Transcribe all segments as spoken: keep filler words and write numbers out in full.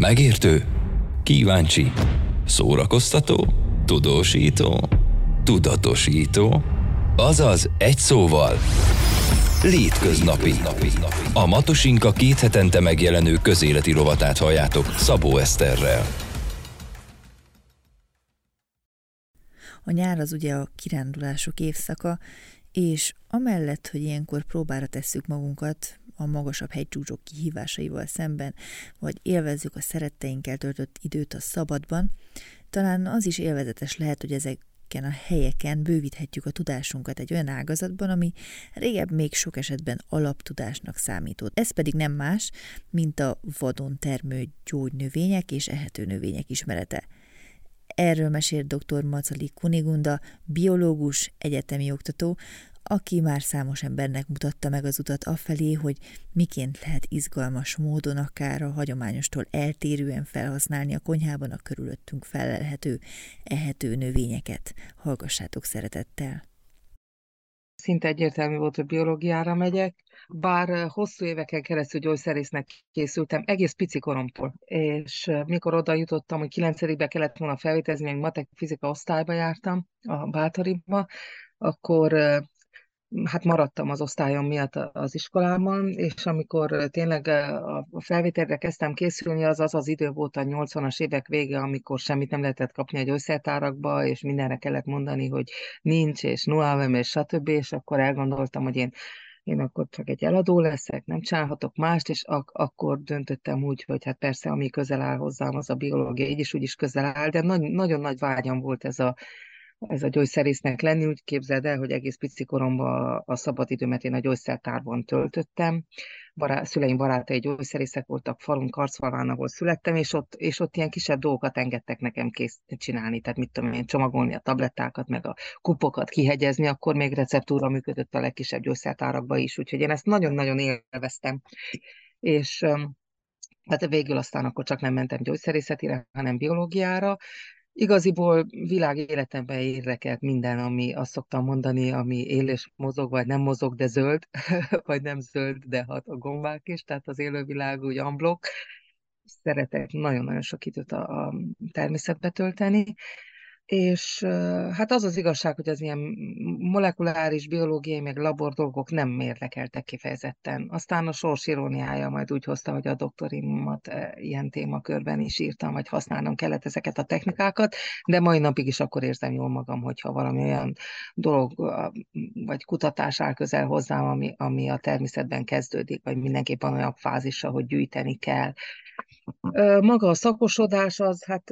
Megértő, kíváncsi, szórakoztató, tudósító, tudatosító, azaz egy szóval Létköznapi. A Matosinka két hetente megjelenő közéleti rovatát halljátok Szabó Eszterrel. A nyár az ugye a kirándulások évszaka, és amellett, hogy ilyenkor próbára tesszük magunkat a magasabb hegycsúcsok kihívásaival szemben, vagy élvezzük a szeretteinkkel töltött időt a szabadban, talán az is élvezetes lehet, hogy ezeken a helyeken bővíthetjük a tudásunkat egy olyan ágazatban, ami régebb még sok esetben alaptudásnak számított. Ez pedig nem más, mint a vadon termő gyógynövények és ehető növények ismerete. Erről mesél dr. Macali Kunigunda, biológus, egyetemi oktató, aki már számos embernek mutatta meg az utat afelé, hogy miként lehet izgalmas módon akár a hagyományostól eltérően felhasználni a konyhában a körülöttünk fellelhető, ehető növényeket. Hallgassátok szeretettel! Szinte egyértelmű volt, hogy biológiára megyek, bár hosszú éveken keresztül gyógyszerésznek készültem, egész pici koromtól. És mikor oda jutottam, hogy kilencedikbe kellett volna felvételizni, még matek fizika osztályba jártam, a Bátoriba, akkor hát maradtam az osztályom miatt az iskolában, és amikor tényleg a felvételre kezdtem készülni, az az az idő volt a nyolcvanas évek vége, amikor semmit nem lehetett kapni a gyógyszertárakba, és mindenre kellett mondani, hogy nincs, és nuávem, és stb. És akkor elgondoltam, hogy én, én akkor csak egy eladó leszek, nem csinálhatok mást, és ak- akkor döntöttem úgy, hogy hát persze, ami közel áll hozzám, az a biológia, így is úgy is közel áll, de nagy, nagyon nagy vágyam volt ez a ez a gyógyszerésznek lenni. Úgy képzeld el, hogy egész pici koromban a szabadidőmet én a gyógyszertárban töltöttem. Bará, szüleim barátai gyógyszerészek voltak, falun, Karcfalván, ahol születtem, és ott, és ott ilyen kisebb dolgokat engedtek nekem kész csinálni, tehát mit tudom én, csomagolni a tablettákat, meg a kupokat kihegyezni, akkor még receptúra működött a legkisebb gyógyszertárakban is, úgyhogy én ezt nagyon-nagyon élveztem. És hát végül aztán akkor csak nem mentem gyógyszerészetire, hanem biológiára. Igaziból világéletemben érdekelt minden, ami azt szoktam mondani, ami él és mozog, vagy nem mozog, de zöld, vagy nem zöld, de hat a gombák is, tehát az élővilág úgy unblock. Szeretek nagyon-nagyon sok időt a, a természetbe tölteni, és hát az az igazság, hogy az ilyen molekuláris, biológiai, meg labor dolgok nem érdekeltek kifejezetten. Aztán a sors iróniája majd úgy hozta, hogy a doktorimat ilyen témakörben is írtam, vagy használnom kellett ezeket a technikákat, de mai napig is akkor érzem jól magam, hogyha valami olyan dolog, vagy kutatás áll közel hozzám, ami, ami a természetben kezdődik, vagy mindenképpen olyan fázisa, hogy gyűjteni kell. Maga a szakosodás az, hát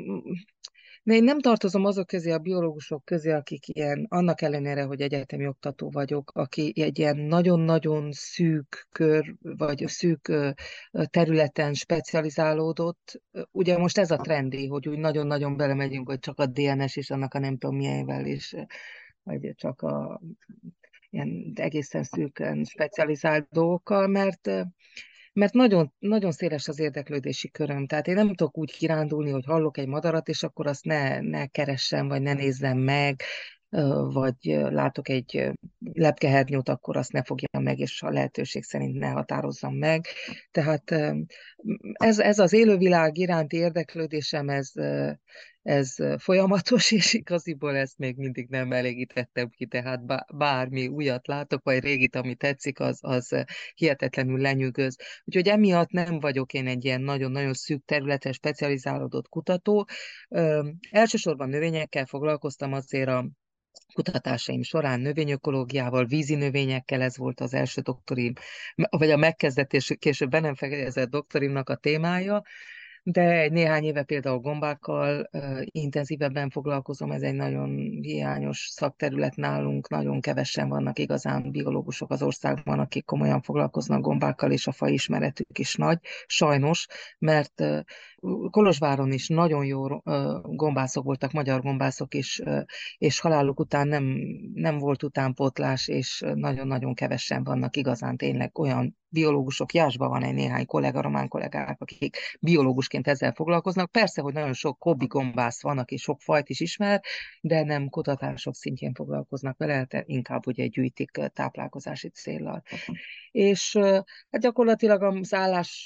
de én nem tartozom azok közé, a biológusok közé, akik ilyen, annak ellenére, hogy egyetemi oktató vagyok, aki egy ilyen nagyon-nagyon szűk kör, vagy szűk területen specializálódott. Ugye most ez a trendi, hogy úgy nagyon-nagyon belemegyünk, hogy csak a dé en es és annak a nem tudom milyenvel is, vagy csak a ilyen egészen szűken specializált dolgokkal, mert mert nagyon, nagyon széles az érdeklődési köröm. Tehát én nem tudok úgy kirándulni, hogy hallok egy madarat, és akkor azt ne, ne keressem, vagy ne nézzem meg, vagy látok egy lepkehernyót, akkor azt ne fogjam meg, és a lehetőség szerint ne határozzam meg. Tehát ez, ez az élővilág iránti érdeklődésem, ez, ez folyamatos, és igaziból ezt még mindig nem elégítettem ki, tehát bármi újat látok, vagy régit, ami tetszik, az, az hihetetlenül lenyűgöz. Úgyhogy emiatt nem vagyok én egy ilyen nagyon-nagyon szűk területen specializálódott kutató. Ö, elsősorban növényekkel foglalkoztam, azért a kutatásaim során növényökológiával, vízi növényekkel, ez volt az első doktorim, vagy a megkezdett és később be nem fejezett doktorimnak a témája, de egy néhány éve például gombákkal uh, intenzívebben foglalkozom, ez egy nagyon hiányos szakterület nálunk, nagyon kevesen vannak igazán biológusok az országban, akik komolyan foglalkoznak gombákkal, és a fajismeretük is nagy, sajnos, mert uh, Kolozsváron is nagyon jó uh, gombászok voltak, magyar gombászok is, uh, és haláluk után nem, nem volt utánpótlás, és nagyon-nagyon kevesen vannak igazán tényleg olyan biológusok, Jászban van egy néhány kollega, román kollégák, akik biológusként ezzel foglalkoznak. Persze, hogy nagyon sok hobbi gombász van, aki sok fajt is ismer, de nem kutatások szintjén foglalkoznak vele, de inkább ugye gyűjtik táplálkozási céllal. És hát gyakorlatilag az állás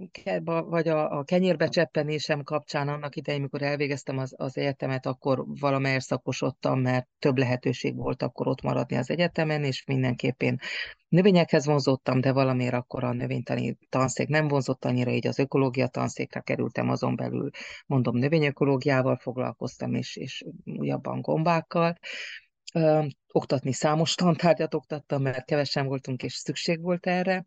vagy a, a kenyérbe cseppenésem kapcsán annak idején, mikor elvégeztem az, az egyetemet, akkor valamelyest szakosodtam, mert több lehetőség volt akkor ott maradni az egyetemen, és mindenképpen növényekhez vonzottam, de valamiért akkor a növénytani tanszék nem vonzott annyira, így az ökológia tanszékre kerültem, azon belül mondom növényökológiával foglalkoztam, és, és újabban gombákkal. Ö, oktatni számos tantárgyat oktattam, mert kevesen voltunk, és szükség volt erre.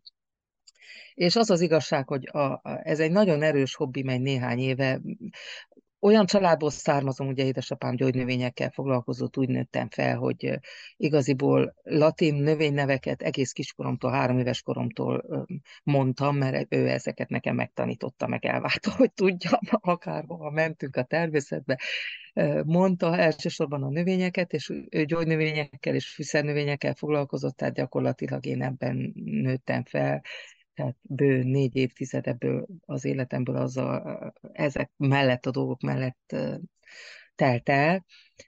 És az az igazság, hogy a, a, ez egy nagyon erős hobbi, megy néhány éve. Olyan családból származom, ugye édesapám gyógynövényekkel foglalkozott, úgy nőttem fel, hogy igaziból latin növényneveket egész kiskoromtól, három éves koromtól mondtam, mert ő ezeket nekem megtanította, meg elvárta, hogy tudjam, akárhova mentünk a természetbe. Mondta elsősorban a növényeket, és ő gyógynövényekkel és fűszernövényekkel foglalkozott, tehát gyakorlatilag én ebben nőttem fel. Tehát bő négy évtized ebből az életemből azzal, ezek mellett, a dolgok mellett telt el.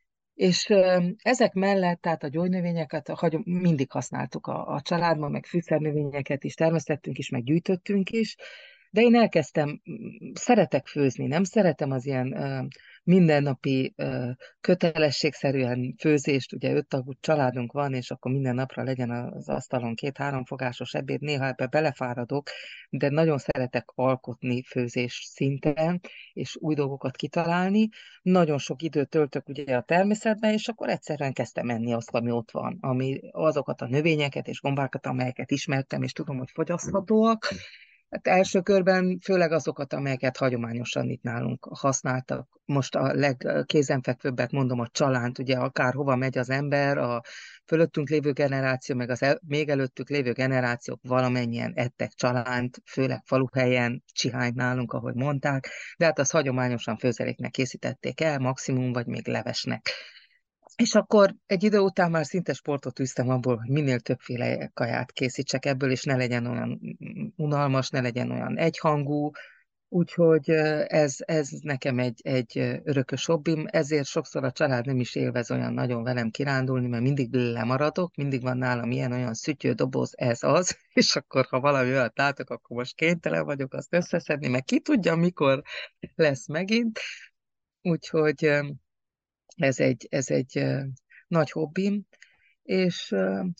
És ezek mellett, tehát a gyógynövényeket mindig használtuk a, a családban, meg fűszernövényeket is termesztettünk is, meg gyűjtöttünk is, de én elkezdtem, szeretek főzni, nem szeretem az ilyen uh, mindennapi uh, kötelességszerűen főzést, ugye öt tagú családunk van, és akkor minden napra legyen az asztalon két-három fogásos ebéd, néha ebbe belefáradok, de nagyon szeretek alkotni főzés szinten, és új dolgokat kitalálni. Nagyon sok időt töltök ugye a természetben, és akkor egyszerűen kezdtem enni azt, ami ott van, ami azokat a növényeket és gombákat, amelyeket ismertem, és tudom, hogy fogyaszthatóak. Hát első körben főleg azokat, amelyeket hagyományosan itt nálunk használtak. Most a legkézenfekvőbbet mondom, a csalánt, ugye akárhova megy az ember, a fölöttünk lévő generáció, meg az el, még előttük lévő generációk valamennyien ettek csalánt, főleg faluhelyen, csihányt nálunk, ahogy mondták, de hát azt hagyományosan főzeléknek készítették el, maximum, vagy még levesnek. És akkor egy idő után már szinte sportot üztem abból, hogy minél többféle kaját készítsek ebből, és ne legyen olyan unalmas, ne legyen olyan egyhangú, úgyhogy ez, ez nekem egy, egy örökös hobbim, ezért sokszor a család nem is élvez olyan nagyon velem kirándulni, mert mindig lemaradok, mindig van nálam ilyen olyan szütyő doboz, ez az, és akkor ha valami olyat látok, akkor most kénytelen vagyok azt összeszedni, meg ki tudja, mikor lesz megint, úgyhogy Ez egy, ez egy nagy hobbim, és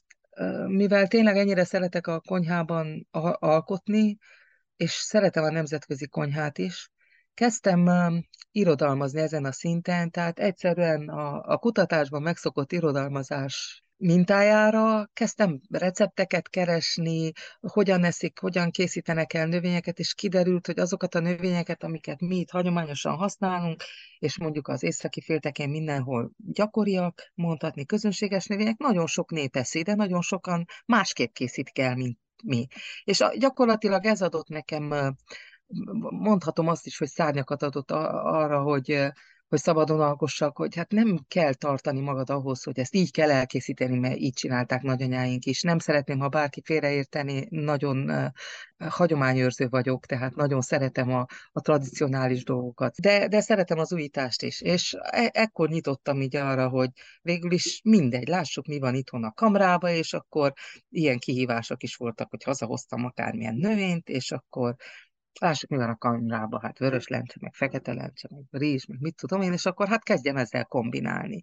mivel tényleg ennyire szeretek a konyhában alkotni, és szeretem a nemzetközi konyhát is, kezdtem irodalmazni ezen a szinten, tehát egyszerűen a, a kutatásban megszokott irodalmazás mintájára kezdtem recepteket keresni, hogyan eszik, hogyan készítenek el növényeket, és kiderült, hogy azokat a növényeket, amiket mi itt hagyományosan használunk, és mondjuk az északi féltekén mindenhol gyakoriak, mondhatni közönséges növények, nagyon sok nép eszi, de nagyon sokan másképp készítik el, mint mi. És a, gyakorlatilag ez adott nekem, mondhatom azt is, hogy szárnyakat adott arra, hogy hogy szabadon alkossak, hogy hát nem kell tartani magad ahhoz, hogy ezt így kell elkészíteni, mert így csinálták nagyanyáink is. Nem szeretném, ha bárki félreérteni, nagyon uh, hagyományőrző vagyok, tehát nagyon szeretem a, a tradicionális dolgokat, de, de szeretem az újítást is, és e- ekkor nyitottam így arra, hogy végül is mindegy, lássuk, mi van itthon a kamrába, és akkor ilyen kihívások is voltak, hogy hazahoztam akármilyen növényt, és akkor lássuk, mi van a kamrában, hát vörös lencse, meg fekete lencse, meg rizs, meg mit tudom én, és akkor hát kezdjem ezzel kombinálni.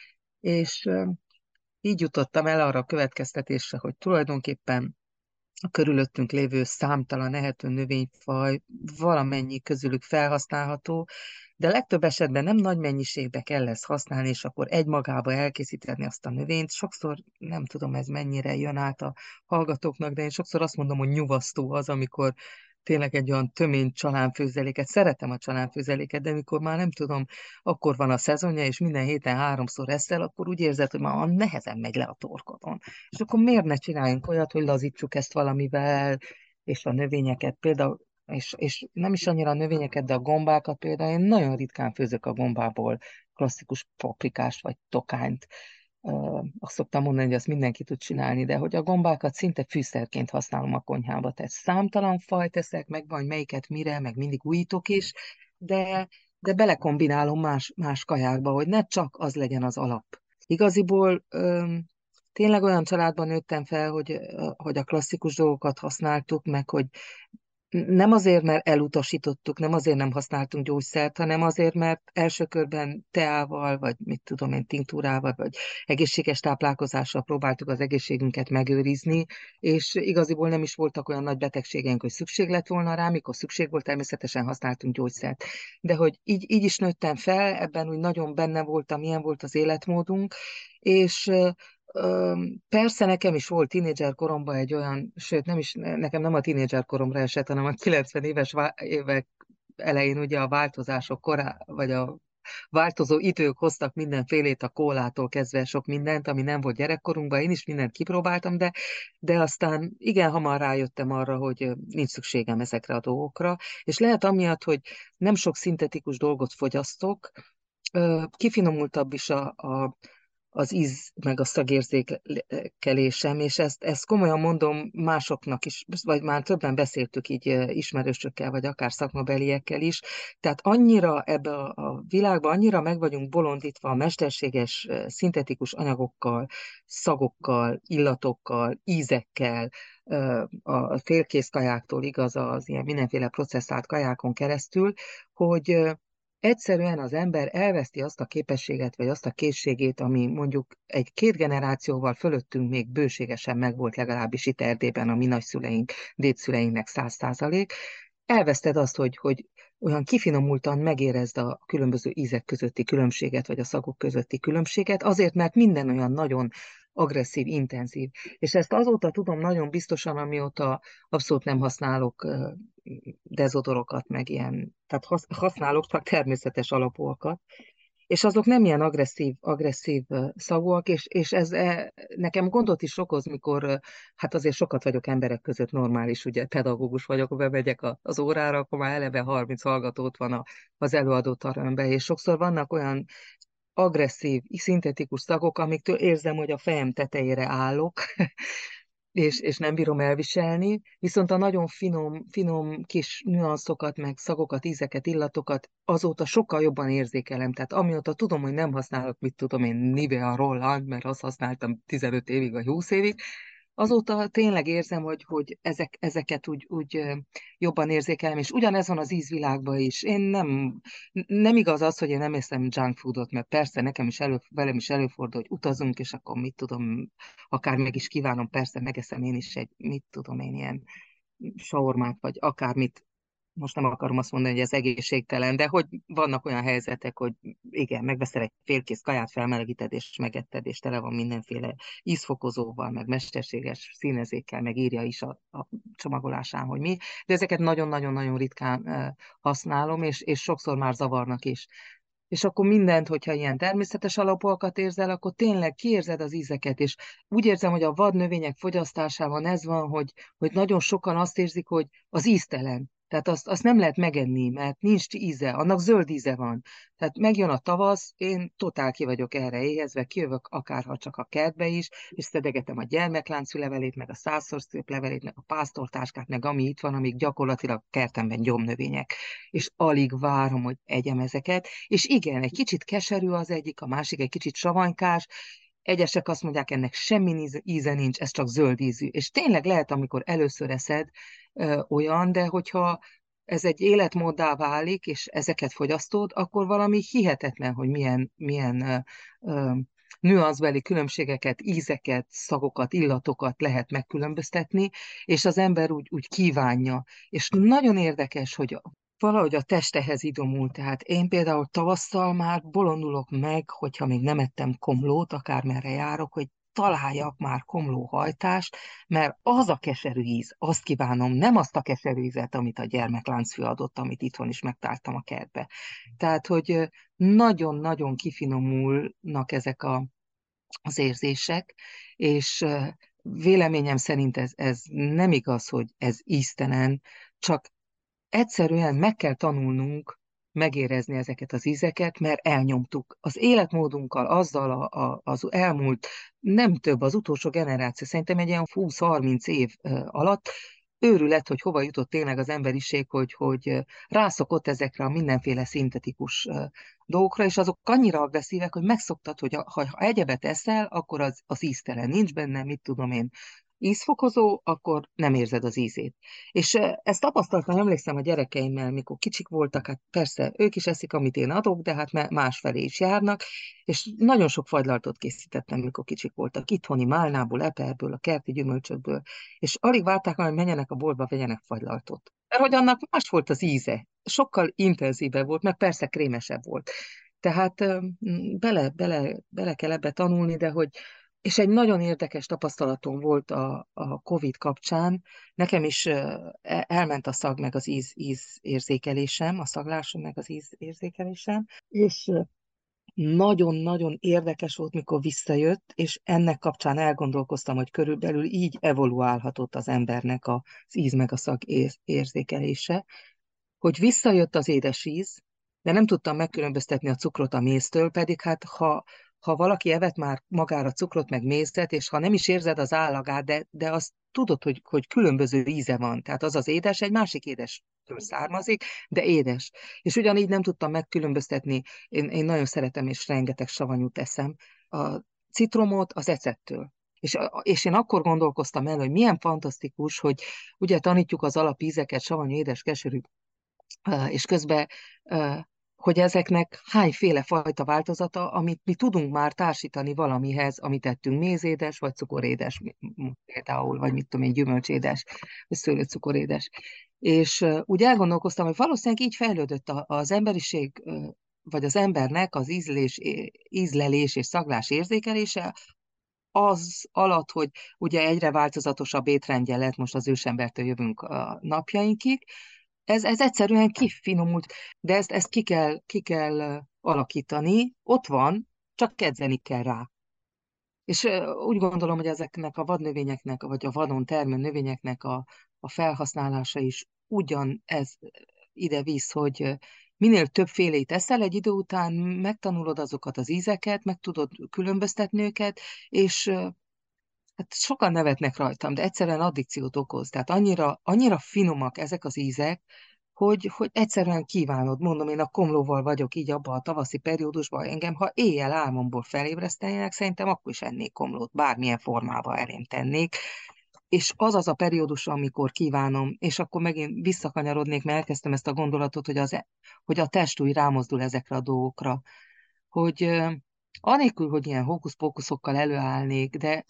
És uh, így jutottam el arra a következtetésre, hogy tulajdonképpen a körülöttünk lévő számtalan ehető növényfaj valamennyi közülük felhasználható, de legtöbb esetben nem nagy mennyiségbe kell ezt használni, és akkor egymagába elkészíteni azt a növényt. Sokszor nem tudom, ez mennyire jön át a hallgatóknak, de én sokszor azt mondom, hogy nyuvasztó az, amikor tényleg egy olyan tömény csalánfőzeléket, szeretem a csalánfőzeléket, de mikor már nem tudom, akkor van a szezonja, és minden héten háromszor eszel, akkor úgy érzed, hogy már nehezen megy le a torkodon. És akkor miért ne csináljunk olyat, hogy lazítsuk ezt valamivel, és a növényeket például, és, és nem is annyira a növényeket, de a gombákat például, én nagyon ritkán főzök a gombából klasszikus paprikást vagy tokányt. Uh, azt szoktam mondani, hogy azt mindenki tud csinálni, de hogy a gombákat szinte fűszerként használom a konyhába, tehát számtalan fajt teszek, meg van melyiket mire, meg mindig újítok is, de, de belekombinálom más, más kajákba, hogy ne csak az legyen az alap. Igaziból um, tényleg olyan családban nőttem fel, hogy, hogy a klasszikus dolgokat használtuk, meg hogy Nem azért, mert elutasítottuk, nem azért nem használtunk gyógyszert, hanem azért, mert első körben teával, vagy mit tudom én, tinktúrával, vagy egészséges táplálkozással próbáltuk az egészségünket megőrizni, és igaziból nem is voltak olyan nagy betegségeink, hogy szükség lett volna rá, mikor szükség volt, természetesen használtunk gyógyszert. De hogy így, így is nőttem fel, ebben úgy nagyon benne voltam, milyen volt az életmódunk, és persze nekem is volt tínédzser koromban egy olyan, sőt nem is, nekem nem a tínédzser koromra esett, hanem a kilencven éves évek elején ugye a változások korá, vagy a változó idők hoztak mindenfélét, a kólától kezdve sok mindent, ami nem volt gyerekkorunkban, én is mindent kipróbáltam, de, de aztán igen hamar rájöttem arra, hogy nincs szükségem ezekre a dolgokra, és lehet amiatt, hogy nem sok szintetikus dolgot fogyasztok, kifinomultabb is a, a az íz meg a szagérzékelésem, és ezt, ezt komolyan mondom másoknak is, vagy már többen beszéltük így ismerősökkel, vagy akár szakmabeliekkel is, tehát annyira ebbe a, a világba, annyira meg vagyunk bolondítva a mesterséges szintetikus anyagokkal, szagokkal, illatokkal, ízekkel, a félkész kajáktól igaz az ilyen mindenféle processzált kajákon keresztül, hogy egyszerűen az ember elveszti azt a képességet, vagy azt a készségét, ami mondjuk egy két generációval fölöttünk még bőségesen megvolt, legalábbis itt Erdélyben a mi nagyszüleink, dédszüleinknek száz százalék. Elveszted azt, hogy, hogy olyan kifinomultan megérezd a különböző ízek közötti különbséget, vagy a szagok közötti különbséget, azért, mert minden olyan nagyon agresszív, intenzív. És ezt azóta tudom nagyon biztosan, amióta abszolút nem használok dezodorokat, meg ilyen, tehát használok csak természetes alapúakat, és azok nem ilyen agresszív, agresszív szagúak, és, és ez e, nekem gondot is okoz, mikor, hát azért sokat vagyok emberek között, normális, ugye pedagógus vagyok, bemegyek az órára, akkor már eleve harminc hallgató ott van a, az előadóteremben, és sokszor vannak olyan agresszív, szintetikus szagok, amiktől érzem, hogy a fejem tetejére állok, és, és nem bírom elviselni, viszont a nagyon finom, finom kis nüanszokat, meg szagokat, ízeket, illatokat azóta sokkal jobban érzékelem. Tehát amióta tudom, hogy nem használok, mit tudom én, Nivea Rollant, mert azt használtam tizenöt évig vagy húsz évig, azóta tényleg érzem, hogy, hogy ezek, ezeket úgy, úgy jobban érzékelem, és ugyanez van az ízvilágban is. Én nem, nem igaz az, hogy én nem eszem junk foodot, mert persze nekem is elő, velem is előfordul, hogy utazunk, és akkor mit tudom, akár meg is kívánom, persze megeszem én is egy, mit tudom én, ilyen saurmát, vagy akármit, most nem akarom azt mondani, hogy ez egészségtelen, de hogy vannak olyan helyzetek, hogy igen, megveszel egy félkész kaját, felmelegíted és megetted, és tele van mindenféle ízfokozóval, meg mesterséges színezékkel, meg írja is a, a csomagolásán, hogy mi, de ezeket nagyon-nagyon-nagyon ritkán uh, használom, és, és sokszor már zavarnak is. És akkor mindent, hogyha ilyen természetes alapúakat érzel, akkor tényleg kiérzed az ízeket, és úgy érzem, hogy a vadnövények fogyasztásában ez van, hogy, hogy nagyon sokan azt érzik, hogy az íztelen. Tehát azt, azt nem lehet megenni, mert nincs íze, annak zöld íze van. Tehát megjön a tavasz, én totál ki vagyok erre éhezve, kijövök akárha csak a kertbe is, és szedegetem a gyermekláncú levelét, meg a százszor szép levelét, meg a pásztortáskát, meg ami itt van, amik gyakorlatilag kertemben gyomnövények. És alig várom, hogy egyem ezeket. És igen, egy kicsit keserű az egyik, a másik egy kicsit savanykás, egyesek azt mondják, ennek semmi íze nincs, ez csak zöld ízű. És tényleg lehet, amikor először eszed, ö, olyan, de hogyha ez egy életmóddá válik, és ezeket fogyasztod, akkor valami hihetetlen, hogy milyen, milyen ö, ö, nüanszbeli különbségeket, ízeket, szagokat, illatokat lehet megkülönböztetni, és az ember úgy, úgy kívánja. És nagyon érdekes, hogy valahogy a testehez idomul, tehát én például tavasszal már bolondulok meg, hogyha még nem ettem komlót, akármerre járok, hogy találjak már komlóhajtást, mert az a keserű íz, azt kívánom, nem azt a keserű ízet, amit a gyermekláncfű adott, amit itthon is megtaláltam a kertbe. Tehát, hogy nagyon-nagyon kifinomulnak ezek a, az érzések, és véleményem szerint ez, ez nem igaz, hogy ez íztelen, csak egyszerűen meg kell tanulnunk megérezni ezeket az ízeket, mert elnyomtuk. Az életmódunkkal, azzal a, a, az elmúlt, nem több, az utolsó generáció, szerintem egy ilyen húsz-harminc év alatt őrület, hogy hova jutott tényleg az emberiség, hogy, hogy rászokott ezekre a mindenféle szintetikus dolgokra, és azok annyira agresszívek, hogy megszoktad, hogy ha, ha egyebet eszel, akkor az, az íztelen nincs benne, mit tudom én, ízfokozó, akkor nem érzed az ízét. És eh, ezt tapasztaltam, emlékszem a gyerekeimmel, mikor kicsik voltak, hát persze ők is eszik, amit én adok, de hát másfelé is járnak, és nagyon sok fagylaltot készítettem, mikor kicsik voltak, itthoni málnából, eperből, a kerti gyümölcsökből, és alig várták, hogy menjenek a boltba, vegyenek fagylaltot. Mert hogy annak más volt az íze, sokkal intenzívebb volt, meg persze krémesebb volt. Tehát eh, bele, bele, bele kell ebbe tanulni, de hogy és egy nagyon érdekes tapasztalatom volt a, a Covid kapcsán. Nekem is ö, e- elment a szag meg az íz, íz érzékelésem, a szaglásom meg az íz érzékelésem, és ö, nagyon-nagyon érdekes volt, mikor visszajött, és ennek kapcsán elgondolkoztam, hogy körülbelül így evoluálhatott az embernek az íz meg a szag ér- érzékelése, hogy visszajött az édes íz, de nem tudtam megkülönböztetni a cukrot a méztől, pedig hát ha, ha valaki evett már magára cukrot meg mézet, és ha nem is érzed az állagát, de, de azt tudod, hogy, hogy különböző íze van. Tehát az az édes egy másik édestől származik, de édes. És ugyanígy nem tudtam megkülönböztetni, én, én nagyon szeretem és rengeteg savanyút eszem, a citromot az ecettől. És, és én akkor gondolkoztam el, hogy milyen fantasztikus, hogy ugye tanítjuk az alapízeket, savanyú, édes, keserű, és közben, hogy ezeknek hányféle fajta változata, amit mi tudunk már társítani valamihez, amit tettünk, mézédes, vagy cukorédes, például, vagy mit tudom én, gyümölcsédes, vagy szőlőcukorédes. És úgy elgondolkoztam, hogy valószínűleg így fejlődött az emberiség, vagy az embernek az ízlés, ízlelés és szaglás érzékelése, az alatt, hogy ugye egyre változatosabb étrendje lett, most az ősembertől jövünk a napjainkig, ez, ez egyszerűen kifinomult, de ezt, ezt ki kell, ki kell alakítani, ott van, csak edzeni kell rá. És úgy gondolom, hogy ezeknek a vadnövényeknek, vagy a vadon termő növényeknek a, a felhasználása is ugyan ez ide visz, hogy minél többfélét eszel, egy idő után megtanulod azokat az ízeket, meg tudod különböztetni őket, és hát sokan nevetnek rajtam, de egyszerűen addikciót okoz. Tehát annyira, annyira finomak ezek az ízek, hogy, hogy egyszerűen kívánod. Mondom, én a komlóval vagyok így abban a tavaszi periódusban, engem, ha éjjel álmomból felébresztenének, szerintem akkor is ennék komlót, bármilyen formában elém tennék. És az az a periódus, amikor kívánom, és akkor megint visszakanyarodnék, mert elkezdtem ezt a gondolatot, hogy, az, hogy a test úgy rámozdul ezekre a dolgokra. Hogy uh, anélkül, hogy ilyen hókusz-pókuszokkal előállnék, de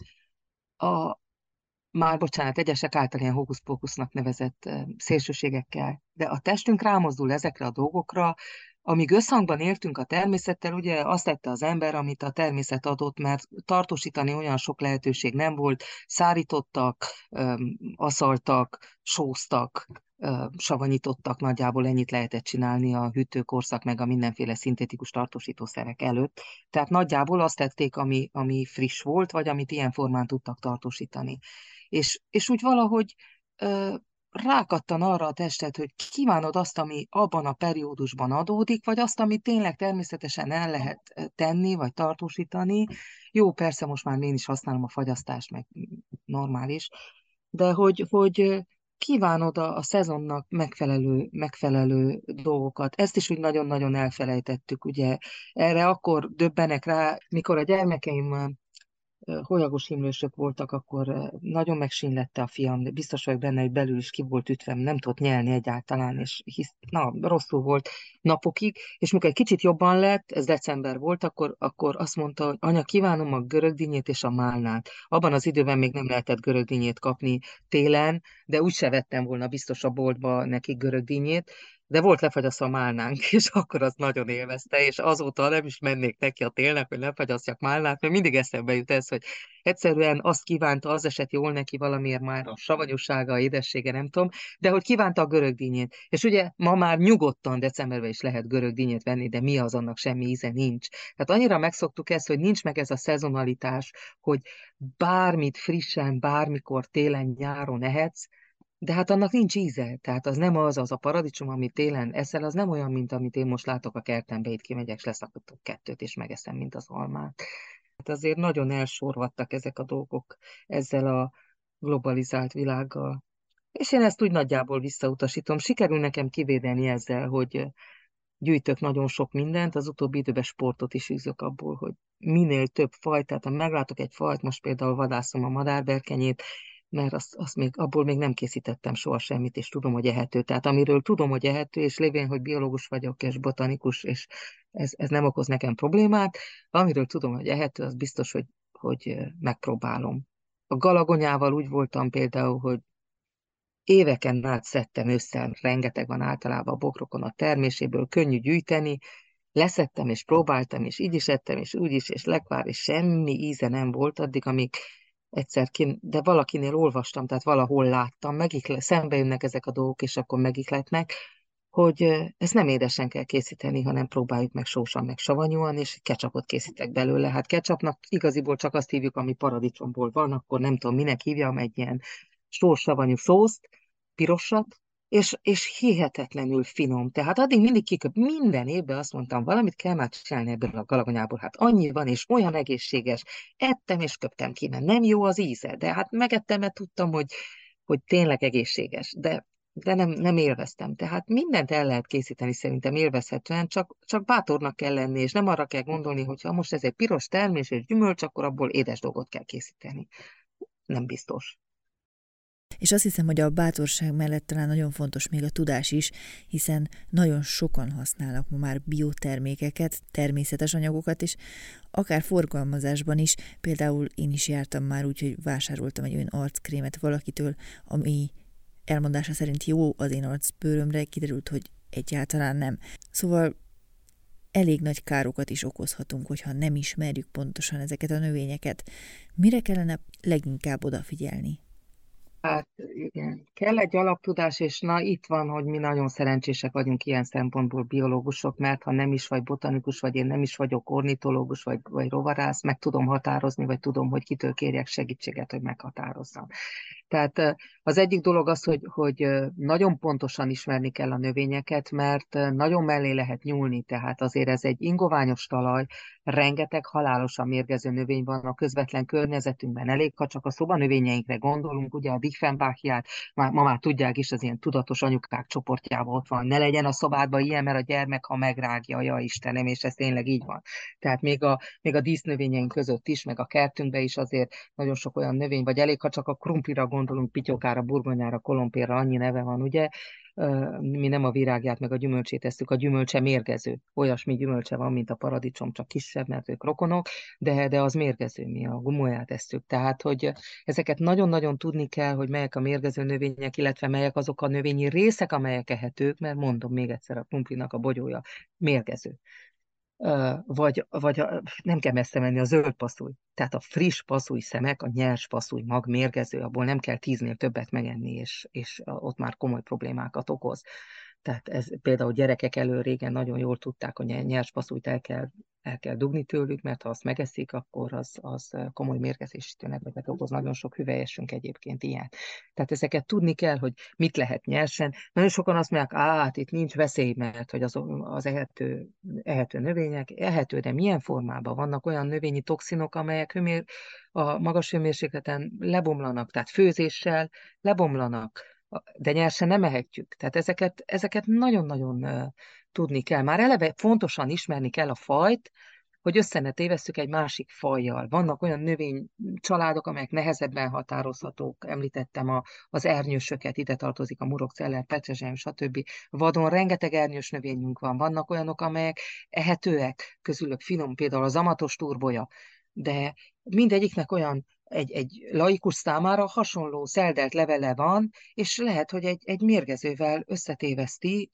a, már bocsánat, egyesek által ilyen hókusz-pókusznak nevezett uh, szélsőségekkel, de a testünk rámozdul ezekre a dolgokra, amíg összhangban éltünk a természettel, ugye azt tette az ember, amit a természet adott, mert tartósítani olyan sok lehetőség nem volt, szárítottak, um, aszaltak, sóztak, uh, savanyítottak, nagyjából ennyit lehetett csinálni a hűtőkorszak meg a mindenféle szintetikus tartósítószerek előtt. Tehát nagyjából azt tették, ami, ami friss volt, vagy amit ilyen formán tudtak tartósítani. És, és úgy valahogy uh, rákattan arra a testet, hogy kívánod azt, ami abban a periódusban adódik, vagy azt, amit tényleg természetesen el lehet tenni, vagy tartósítani. Jó, persze most már én is használom a fagyasztást, meg normális, de hogy, hogy kívánod a, a szezonnak megfelelő, megfelelő dolgokat. Ezt is úgy nagyon-nagyon elfelejtettük, ugye. Erre akkor döbbenek rá, mikor a gyermekeim hólyagos himlősök voltak, akkor nagyon megsínlette a fiam, de biztos vagyok benne, hogy belül is ki volt ütve, nem tudott nyelni egyáltalán, és hisz, na, rosszul volt napokig, és mikor egy kicsit jobban lett, ez december volt, akkor, akkor azt mondta, hogy anya, kívánom a görögdínyét és a málnát. Abban az időben még nem lehetett görögdínyét kapni télen, de úgy se vettem volna biztos a boltba nekik görögdínyét, de volt lefagyasztva málnánk, és akkor az nagyon élvezte, és azóta nem is mennék neki a télnek, hogy lefagyasztjak málnát, mert mindig eszembe jut ez, hogy egyszerűen azt kívánta, az esett jól neki valamiért már a savanyúsága, a édessége, nem tudom, de hogy kívánta a görögdínyét. És ugye ma már nyugodtan decemberben is lehet görögdínyét venni, de mi az, annak semmi íze nincs. Tehát annyira megszoktuk ezt, hogy nincs meg ez a szezonalitás, hogy bármit frissen, bármikor télen, nyáron ehetsz, de hát annak nincs íze, tehát az nem az, az a paradicsom, amit télen eszel, az nem olyan, mint amit én most látok a kertembe, itt kimegyek, és leszakítok kettőt, és megeszem, mint az almát. Hát azért nagyon elsorvadtak ezek a dolgok ezzel a globalizált világgal. És én ezt úgy nagyjából visszautasítom. Sikerül nekem kivédeni ezzel, hogy gyűjtök nagyon sok mindent, az utóbbi időben sportot is űzök abból, hogy minél több fajt, tehát ha meglátok egy fajt, most például vadászom a madárberkenyét, mert azt, azt még, abból még nem készítettem soha semmit, és tudom, hogy ehető. Tehát amiről tudom, hogy ehető, és lévén, hogy biológus vagyok, és botanikus, és ez, ez nem okoz nekem problémát, amiről tudom, hogy ehető, az biztos, hogy, hogy megpróbálom. A galagonyával úgy voltam például, hogy éveken át szedtem össze, rengeteg van általában a bokrokon a terméséből, könnyű gyűjteni, leszettem és próbáltam, és így is ettem, és úgy is, és lekvár, és semmi íze nem volt addig, amíg egyszer kin, de valakinél olvastam, tehát valahol láttam, megikle, szembe jönnek ezek a dolgok, és akkor megikletnek, hogy ezt nem édesen kell készíteni, hanem próbáljuk meg sósan, meg savanyúan, és ketchupot készítek belőle. Hát ketchupnak igaziból csak azt hívjuk, ami paradicsomból van, akkor nem tudom, minek hívjam, egy ilyen sós-savanyú szószt, pirosat, és, és hihetetlenül finom. Tehát addig mindig kiköp, minden évben azt mondtam, valamit kell már csinálni ebből a galagonyából. Hát annyi van, és olyan egészséges. Ettem és köptem ki, mert nem jó az íze, de hát megettem, mert tudtam, hogy, hogy tényleg egészséges. De de nem, nem élveztem. Tehát mindent el lehet készíteni szerintem élvezhetően, csak, csak bátornak kell lenni, és nem arra kell gondolni, hogy ha most ez egy piros termés és gyümölcs, akkor abból édes dolgot kell készíteni. Nem biztos. És azt hiszem, hogy a bátorság mellett talán nagyon fontos még a tudás is, hiszen nagyon sokan használnak ma már biotermékeket, természetes anyagokat, és akár forgalmazásban is. Például én is jártam már úgy, hogy vásároltam egy olyan arckrémet valakitől, ami elmondása szerint jó az én arcbőrömre, kiderült, hogy egyáltalán nem. Szóval elég nagy károkat is okozhatunk, hogyha nem ismerjük pontosan ezeket a növényeket. Mire kellene leginkább odafigyelni? Hát igen, kell egy alaptudás, és na itt van, hogy mi nagyon szerencsések vagyunk ilyen szempontból biológusok, mert ha nem is vagy botanikus, vagy én nem is vagyok ornitológus, vagy, vagy rovarász, meg tudom határozni, vagy tudom, hogy kitől kérjek segítséget, hogy meghatározzam. Tehát az egyik dolog az, hogy, hogy nagyon pontosan ismerni kell a növényeket, mert nagyon mellé lehet nyúlni, tehát azért ez egy ingoványos talaj, rengeteg halálosan mérgező növény van a közvetlen környezetünkben. Elég, ha csak a szobanövényeinkre gondolunk, ugye a Diefenbachiát, ma, ma már tudják is, az ilyen tudatos anyukák csoportjában ott van, ne legyen a szobádban ilyen, mert a gyermek, ha megrágja, ja Istenem, és ez tényleg így van. Tehát még a, még a dísznövényeink között is, meg a kertünkben is azért nagyon sok olyan növény, vagy elég, ha csak a krumplira gondolunk, pityókára, burgonyára, kolompérra, annyi neve van, ugye? Mi nem a virágját, meg a gyümölcsét tesszük, a gyümölcse mérgező. Olyasmi gyümölcse van, mint a paradicsom, csak kisebb, mert ők rokonok, de, de az mérgező, mi a gumóját tesszük. Tehát, hogy ezeket nagyon-nagyon tudni kell, hogy melyek a mérgező növények, illetve melyek azok a növényi részek, amelyek ehetők, mert mondom még egyszer, a krumplinak a bogyója mérgező. Vagy, vagy a, nem kell messze menni, a zöld passzúj. Tehát a friss passzúj szemek, a nyers passzúj mag mérgező, abból nem kell tíznél többet megenni, és, és ott már komoly problémákat okoz. Tehát ez például gyerekek elől régen nagyon jól tudták, hogy nyers passzújt el kell, el kell dugni tőlük, mert ha azt megeszik, akkor az, az komoly mérgezési tüneteket okoz. Nagyon sok hüvelyesünk egyébként ilyen. Tehát ezeket tudni kell, hogy mit lehet nyersen. Nagyon sokan azt mondják, hát itt nincs veszély, mert hogy az, az ehető, ehető növények, ehető, de milyen formában vannak olyan növényi toxinok, amelyek hőmér, a magas hőmérsékleten lebomlanak, tehát főzéssel lebomlanak, de nyersen nem ehetjük. Tehát ezeket, ezeket nagyon-nagyon uh, tudni kell. Már eleve fontosan ismerni kell a fajt, hogy össze ne tévesszük egy másik fajjal. Vannak olyan növénycsaládok, amelyek nehezebben határozhatók. Említettem a, az ernyősöket, ide tartozik a murokceller, pecsezselyem, stb. Vadon rengeteg ernyős növényünk van. Vannak olyanok, amelyek ehetőek, közülük finom, például a zamatos turbolya, de mindegyiknek olyan egy, egy laikus számára hasonló szeldelt levele van, és lehet, hogy egy, egy mérgezővel összetéveszti,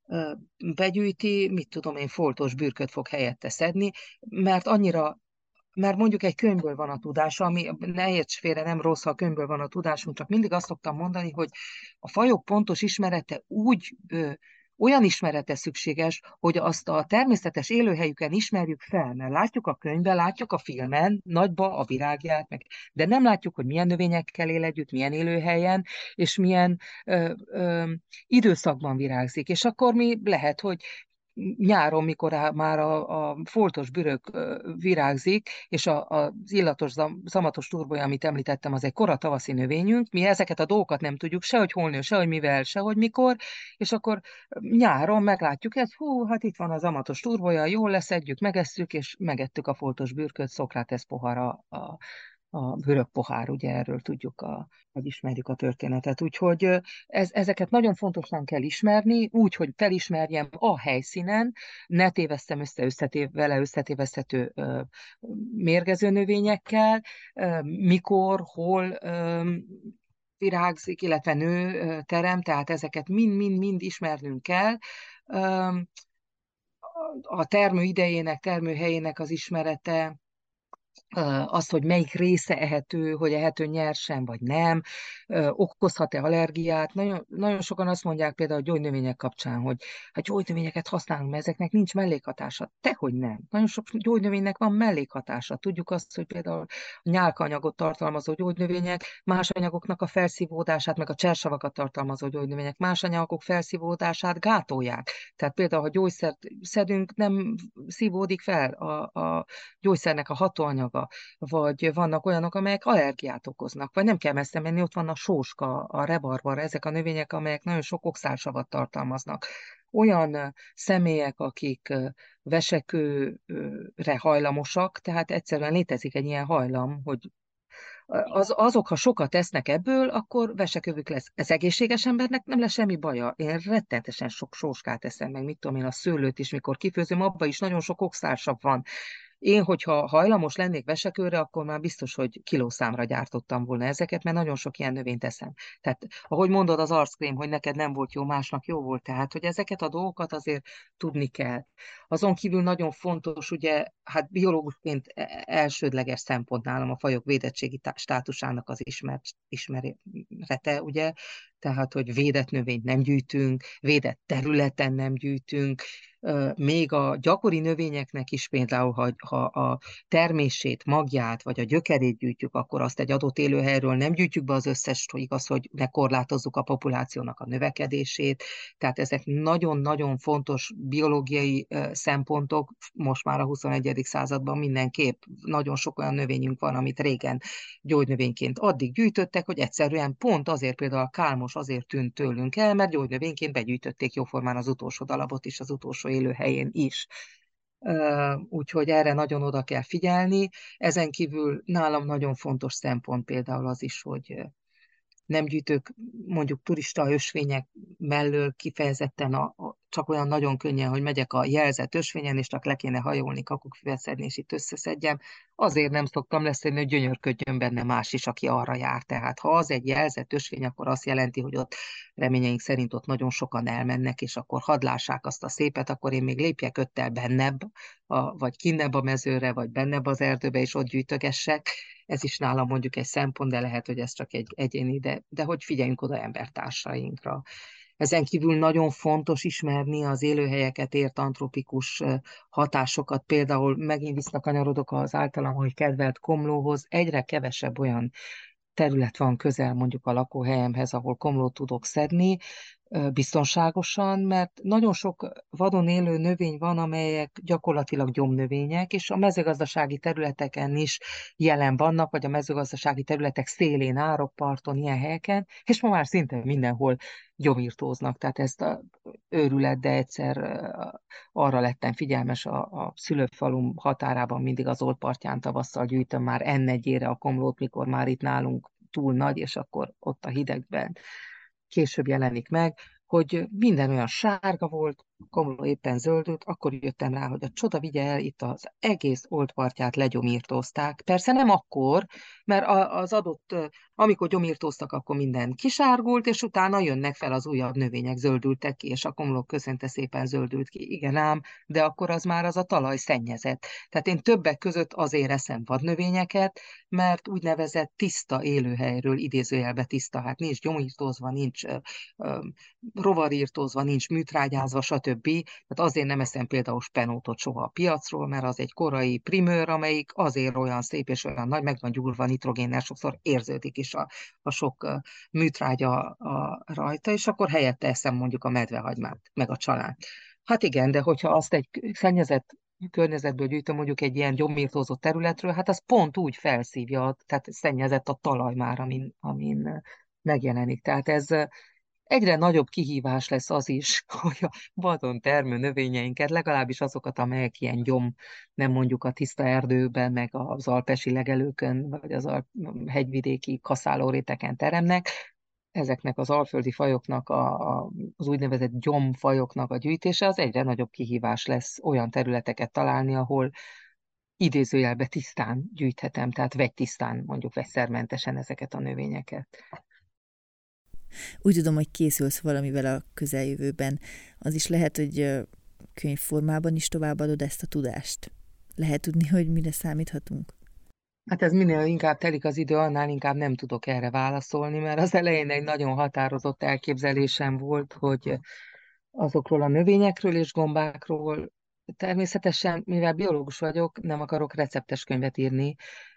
begyűjti, mit tudom én, foltos bürköt fog helyette szedni, mert annyira, mert mondjuk egy könyvből van a tudása, ami ne érts félre, nem rossz, ha a könyvből van a tudásunk, csak mindig azt szoktam mondani, hogy a fajok pontos ismerete úgy ö, olyan ismerete szükséges, hogy azt a természetes élőhelyüken ismerjük fel, mert látjuk a könyvben, látjuk a filmen, nagyba a virágját, meg, de nem látjuk, hogy milyen növényekkel él együtt, milyen élőhelyen, és milyen ö, ö, időszakban virágzik. És akkor mi lehet, hogy nyáron, mikor á, már a, a foltos bürök ö, virágzik, és a, az illatos zam, zamatos turbolya, amit említettem, az egy kora tavaszi növényünk, mi ezeket a dolgokat nem tudjuk, sehogy hol nő, sehogy mivel, sehogy mikor, és akkor nyáron meglátjuk ezt, hú, hát itt van az zamatos turbolya, jól leszedjük, megesszük, és megettük a foltos bürköt, Szokrates pohara a a vörög pohár, ugye erről tudjuk, a, hogy ismerjük a történetet. Úgyhogy ez, ezeket nagyon fontosan kell ismerni, úgy, hogy felismerjem a helyszínen, ne tévesszem össze, összetév, vele összetéveszthető ö, mérgező növényekkel, ö, mikor, hol ö, virágzik, illetve nő, ö, terem, tehát ezeket mind-mind-mind ismernünk kell. Ö, a termő idejének, termő helyének az ismerete, az, hogy melyik része ehető, hogy ehető nyersen, vagy nem, okozhat-e allergiát. Nagyon, nagyon sokan azt mondják például a gyógynövények kapcsán, hogy hát gyógynövényeket használunk, mert ezeknek nincs mellékhatása. Tehogy nem. Nagyon sok gyógynövénynek van mellékhatása. Tudjuk azt, hogy például a nyálkaanyagot tartalmazó gyógynövények más anyagoknak a felszívódását, meg a csersavakat tartalmazó gyógynövények más anyagok felszívódását gátolják. Tehát például, ha gyógyszert szedünk, nem szívódik fel a, a gyógyszernek a hatóanyaga, vagy vannak olyanok, amelyek allergiát okoznak, vagy nem kell messze menni, ott van a sóska, a rebarbar, ezek a növények, amelyek nagyon sok oxálsavat tartalmaznak. Olyan személyek, akik vesekőre hajlamosak, tehát egyszerűen létezik egy ilyen hajlam, hogy az, azok, ha sokat esznek ebből, akkor vesekövük lesz. Ez egészséges embernek nem lesz semmi baja. Én rettentesen sok sóskát eszem, meg mit tudom én, a szőlőt is, mikor kifőzöm, abban is nagyon sok oxálsav van. Én, hogyha hajlamos lennék vesekőre, akkor már biztos, hogy kilószámra gyártottam volna ezeket, mert nagyon sok ilyen növényt eszem. Tehát, ahogy mondod az arckrém, hogy neked nem volt jó, másnak jó volt, tehát, hogy ezeket a dolgokat azért tudni kell. Azon kívül nagyon fontos, ugye, hát biológusként e- elsődleges szempont nálam a fajok védettségi tá- státusának az ismert, ismerete, ugye, tehát, hogy védett növényt nem gyűjtünk, védett területen nem gyűjtünk, még a gyakori növényeknek is például, ha, ha a termését, magját vagy a gyökerét gyűjtjük, akkor azt egy adott élőhelyről nem gyűjtjük be az összes, hogy igaz, hogy ne korlátozzuk a populációnak a növekedését. Tehát ezek nagyon-nagyon fontos biológiai szempontok, most már a huszonegyedik században mindenképp nagyon sok olyan növényünk van, amit régen gyógynövényként addig gyűjtöttek, hogy egyszerűen pont azért például a kálmos azért tűnt tőlünk el, mert gyógynövényként begyűjtötték jóformán az utolsó darabot is, az utolsó élőhelyén is. Úgyhogy erre nagyon oda kell figyelni. Ezen kívül nálam nagyon fontos szempont például az is, hogy nem gyűjtök mondjuk turista ösvények mellől kifejezetten a, a, csak olyan nagyon könnyen, hogy megyek a jelzett ösvényen, és csak le kéne hajolni, kakukkfüvet szedni, és itt összeszedjem. Azért nem szoktam leszedni, hogy gyönyörködjön benne más is, aki arra jár. Tehát ha az egy jelzett ösvény, akkor azt jelenti, hogy ott reményeink szerint ott nagyon sokan elmennek, és akkor hadlássák azt a szépet, akkor én még lépjek öttel bennebb, a, vagy kinnebb a mezőre, vagy bennebb az erdőbe, és ott gyűjtögessek. Ez is nálam mondjuk egy szempont, de lehet, hogy ez csak egy egyéni, de, de hogy figyeljünk oda embertársainkra. Ezen kívül nagyon fontos ismerni az élőhelyeket ért antropikus hatásokat. Például megint visszakanyarodok az általam, hogy kedvelt Komlóhoz, egyre kevesebb olyan terület van közel mondjuk a lakóhelyemhez, ahol komlót tudok szedni biztonságosan, mert nagyon sok vadon élő növény van, amelyek gyakorlatilag gyomnövények, és a mezőgazdasági területeken is jelen vannak, vagy a mezőgazdasági területek szélén, árokparton, ilyen helyeken, és ma már szinte mindenhol gyomírtóznak, tehát ezt a őrület, de egyszer arra lettem figyelmes a, a szülőfalum határában, mindig az Old partján tavasszal gyűjtöm már ennegyére a komlót, mikor már itt nálunk túl nagy, és akkor ott a hidegben később jelenik meg, hogy minden olyan sárga volt, Komló éppen zöldült, akkor jöttem rá, hogy a csoda vigye el, itt az egész Old partját legyomírtózták. Persze nem akkor, mert az adott, amikor gyomírtóztak, akkor minden kisárgult, és utána jönnek fel az újabb növények, zöldültek ki, és a Komló köszönte szépen zöldült ki. Igen ám, de akkor az már az a talaj szennyezett. Tehát én többek között azért eszem vadnövényeket, mert úgynevezett tiszta élőhelyről, idézőjelbe tiszta, hát nincs gyomírtózva, nincs ö, ö, rovarírtózva, nincs műtrágyázva, stb. Tehát azért nem eszem például spenótot soha a piacról, mert az egy korai primőr, amelyik azért olyan szép és olyan nagy, meg van gyúrva nitrogénnel, sokszor érződik is a, a sok műtrágya a rajta, és akkor helyette eszem mondjuk a medvehagymát, meg a csalánt. Hát igen, de hogyha azt egy szennyezett környezetből gyűjtöm mondjuk egy ilyen gyomírtózott területről, hát az pont úgy felszívja, tehát szennyezett a talaj már, amin, amin megjelenik. Tehát ez egyre nagyobb kihívás lesz az is, hogy a vadon termő növényeinket, legalábbis azokat, amelyek ilyen gyom, nem mondjuk a tiszta erdőben, meg az alpesi legelőkön, vagy az alp, hegyvidéki kaszálóréteken teremnek, ezeknek az alföldi fajoknak, a, a, az úgynevezett gyomfajoknak a gyűjtése az egyre nagyobb kihívás lesz olyan területeket találni, ahol idézőjelbe tisztán gyűjthetem, tehát vegytisztán, mondjuk vegyszermentesen ezeket a növényeket. Úgy tudom, hogy készülsz valamivel a közeljövőben. Az is lehet, hogy könyvformában is továbbadod ezt a tudást. Lehet tudni, hogy mire számíthatunk? Hát ez minél inkább telik az idő, annál inkább nem tudok erre válaszolni, mert az elején egy nagyon határozott elképzelésem volt, hogy azokról a növényekről és gombákról természetesen, mivel biológus vagyok, nem akarok receptes könyvet írni.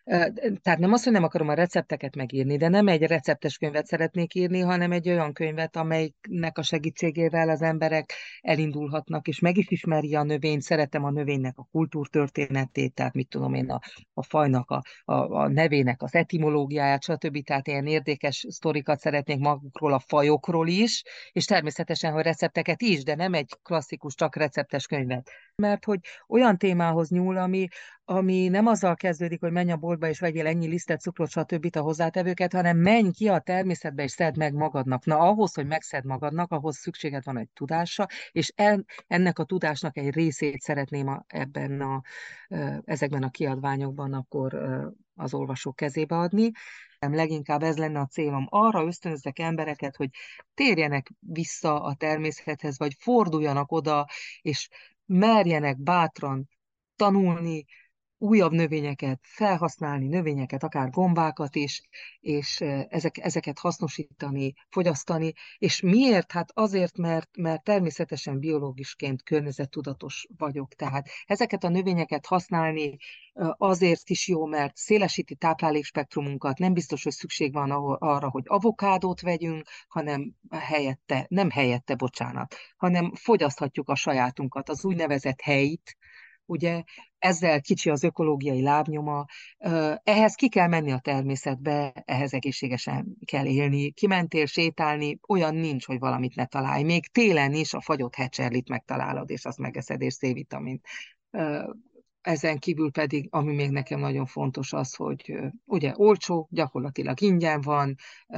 Tehát nem azt, hogy nem akarom a recepteket megírni, de nem egy receptes könyvet szeretnék írni, hanem egy olyan könyvet, amelynek a segítségével az emberek elindulhatnak, és meg is ismeri a növényt, szeretem a növénynek a kultúrtörténetét, tehát mit tudom én, a, a fajnak, a, a, a nevének az etimológiáját, stb. Tehát ilyen érdekes sztorikat szeretnék magukról, a fajokról is, és természetesen, hogy recepteket is, de nem egy klasszikus, csak receptes könyvet. Mert hogy olyan témához nyúl, ami, ami nem azzal kezdődik, hogy menj a boltba és vegyél ennyi lisztet, cukrot, stb. A hozzátevőket, hanem menj ki a természetbe és szedd meg magadnak. Na, ahhoz, hogy megszedd magadnak, ahhoz szükséged van egy tudásra, és en, ennek a tudásnak egy részét szeretném a, ebben a, ezekben a kiadványokban akkor az olvasók kezébe adni. Leginkább ez lenne a célom. Arra ösztönözzek embereket, hogy térjenek vissza a természethez, vagy forduljanak oda, és merjenek bátran tanulni, újabb növényeket felhasználni, növényeket, akár gombákat is, és ezek, ezeket hasznosítani, fogyasztani. És miért? Hát azért, mert, mert természetesen biológusként környezettudatos vagyok. Tehát ezeket a növényeket használni azért is jó, mert szélesíti táplálékspektrumunkat, nem biztos, hogy szükség van arra, hogy avokádót vegyünk, hanem helyette, nem helyette, bocsánat, hanem fogyaszthatjuk a sajátunkat, az úgynevezett helyt, ugye, ezzel kicsi az ökológiai lábnyoma, ehhez ki kell menni a természetbe, ehhez egészségesen kell élni, kimentél sétálni, olyan nincs, hogy valamit ne találj. Még télen is a fagyott hecserlit megtalálod, és azt megeszed, és C-vitamin. Ezen kívül pedig, ami még nekem nagyon fontos az, hogy ugye olcsó, gyakorlatilag ingyen van,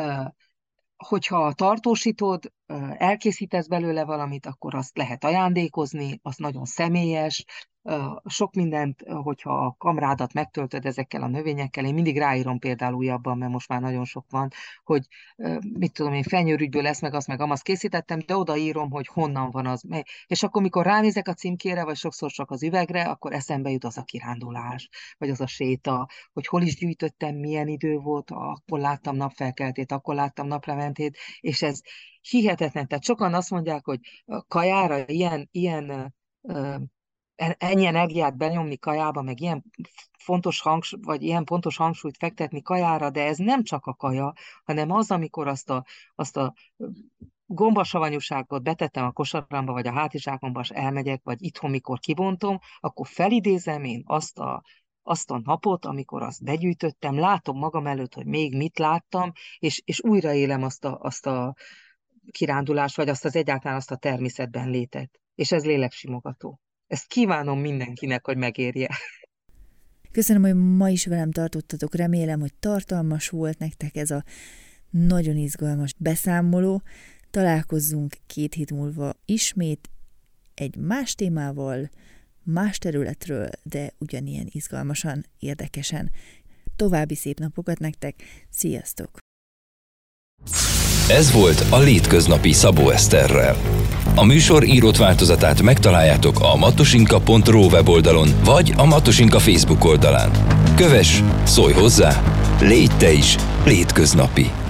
hogyha tartósítod, elkészítesz belőle valamit, akkor azt lehet ajándékozni, az nagyon személyes, sok mindent, hogyha a kamrádat megtöltöd ezekkel a növényekkel, én mindig ráírom például újabban, mert most már nagyon sok van, hogy mit tudom én, fenyőrügyből lesz meg azt meg amazt készítettem, de odaírom, hogy honnan van az. És akkor, mikor ránézek a címkére, vagy sokszor csak az üvegre, akkor eszembe jut az a kirándulás, vagy az a séta, hogy hol is gyűjtöttem, milyen idő volt, akkor láttam napfelkeltét, akkor láttam napleventét, és ez hihetetlen. Tehát sokan azt mondják, hogy kajára ilyen, ilyen ennyi energiát benyomni kajába, meg ilyen fontos hangsúly, vagy ilyen pontos hangsúlyt fektetni kajára, de ez nem csak a kaja, hanem az, amikor azt a, azt a gombasavanyúságot betettem a kosaramba, vagy a hátizsákomba, és elmegyek, vagy itthon, mikor kibontom, akkor felidézem én azt a, azt a napot, amikor azt begyűjtöttem, látom magam előtt, hogy még mit láttam, és, és újraélem azt a, azt a kirándulást, vagy azt az egyáltalán azt a természetben létet. És ez léleksimogató. Ezt kívánom mindenkinek, hogy megérje. Köszönöm, hogy ma is velem tartottatok. Remélem, hogy tartalmas volt nektek ez a nagyon izgalmas beszámoló. Találkozzunk két hét múlva ismét egy más témával, más területről, de ugyanilyen izgalmasan, érdekesen. További szép napokat nektek. Sziasztok! Ez volt a Létköznapi Szabó Eszterrel. A műsor írott változatát megtaláljátok a matosinka pont ro weboldalon, vagy a Matosinka Facebook oldalán. Kövess, szólj hozzá, légy te is létköznapi!